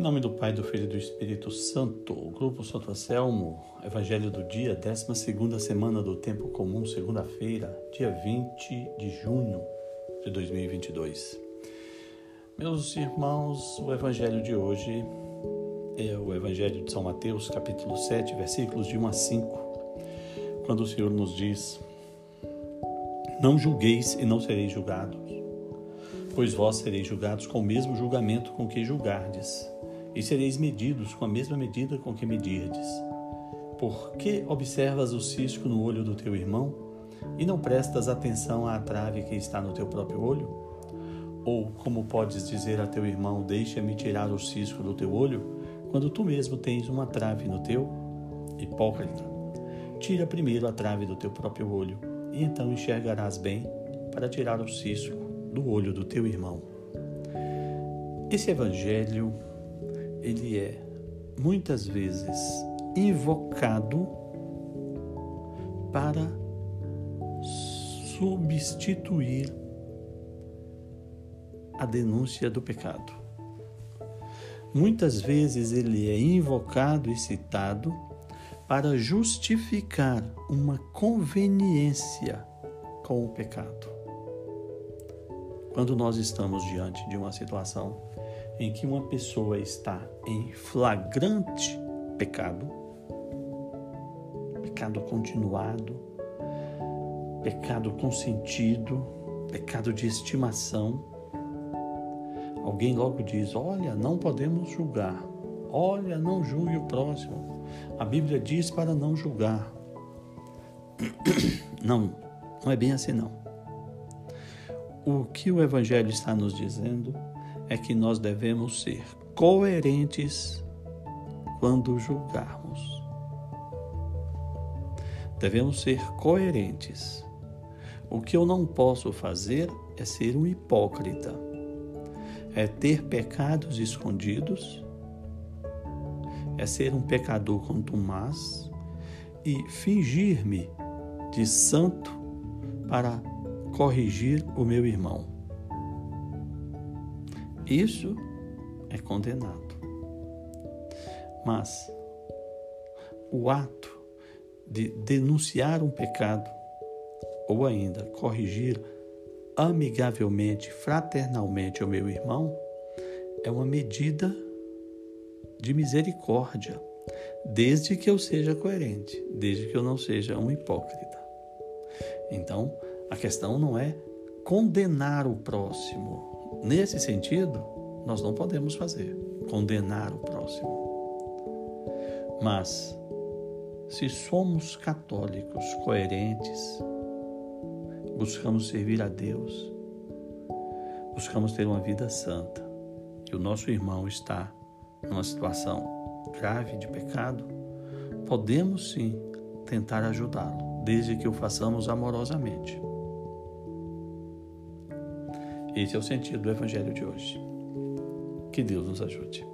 Em nome do Pai, do Filho e do Espírito Santo, o Grupo Santo Anselmo, Evangelho do Dia, 12ª semana do Tempo Comum, segunda-feira, dia 20 de junho de 2022. Meus irmãos, o Evangelho de hoje é o Evangelho de São Mateus, capítulo 7, versículos de 1 a 5, quando o Senhor nos diz: Não julgueis e não sereis julgados, pois vós sereis julgados com o mesmo julgamento com que julgardes, e sereis medidos com a mesma medida com que medirdes. Por que observas o cisco no olho do teu irmão, e não prestas atenção à trave que está no teu próprio olho? Ou como podes dizer a teu irmão: deixa-me tirar o cisco do teu olho, quando tu mesmo tens uma trave no teu? Hipócrita, tira primeiro a trave do teu próprio olho, e então enxergarás bem para tirar o cisco do olho do teu irmão. Esse evangelho, ele é muitas vezes invocado para substituir a denúncia do pecado. Muitas vezes ele é invocado e citado para justificar uma conveniência com o pecado. Quando nós estamos diante de uma situação em que uma pessoa está em flagrante pecado continuado, pecado consentido, pecado de estimação, alguém logo diz: olha, não podemos julgar, olha, não julgue o próximo, a Bíblia diz para não julgar. Não é bem assim não. O que o Evangelho está nos dizendo é que nós devemos ser coerentes quando julgarmos. Devemos ser coerentes. O que eu não posso fazer é ser um hipócrita, é ter pecados escondidos, é ser um pecador contumaz e fingir-me de santo para corrigir o meu irmão. Isso é condenado. Mas o ato de denunciar um pecado, ou ainda corrigir amigavelmente, fraternalmente o meu irmão, é uma medida de misericórdia, desde que eu seja coerente, desde que eu não seja um hipócrita. Então, a questão não é condenar o próximo. Nesse sentido, nós não podemos fazer, condenar o próximo. Mas, se somos católicos coerentes, buscamos servir a Deus, buscamos ter uma vida santa, e o nosso irmão está numa situação grave de pecado, podemos sim tentar ajudá-lo, desde que o façamos amorosamente. Esse é o sentido do Evangelho de hoje. Que Deus nos ajude.